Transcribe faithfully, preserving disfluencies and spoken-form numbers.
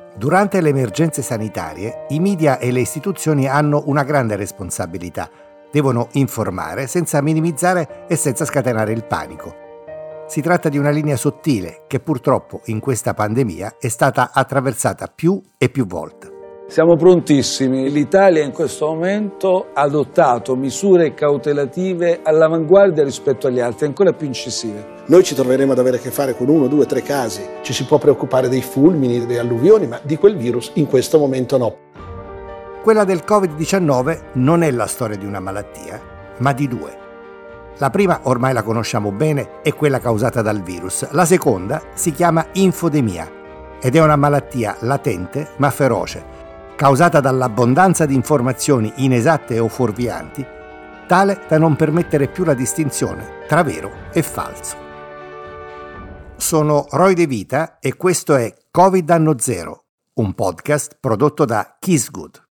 Durante le emergenze sanitarie, i media e le istituzioni hanno una grande responsabilità. Devono informare senza minimizzare e senza scatenare il panico. Si tratta di una linea sottile che purtroppo in questa pandemia è stata attraversata più e più volte. Siamo prontissimi. L'Italia in questo momento ha adottato misure cautelative all'avanguardia rispetto agli altri, ancora più incisive. Noi ci troveremo ad avere a che fare con uno, due, tre casi. Ci si può preoccupare dei fulmini, delle alluvioni, ma di quel virus in questo momento no. Quella del covid diciannove non è la storia di una malattia, ma di due. La prima ormai la conosciamo bene, è quella causata dal virus. La seconda si chiama infodemia ed è una malattia latente ma feroce, causata dall'abbondanza di informazioni inesatte o fuorvianti, tale da non permettere più la distinzione tra vero e falso. Sono Roy De Vita e questo è Covid Anno Zero, un podcast prodotto da Kiss Good.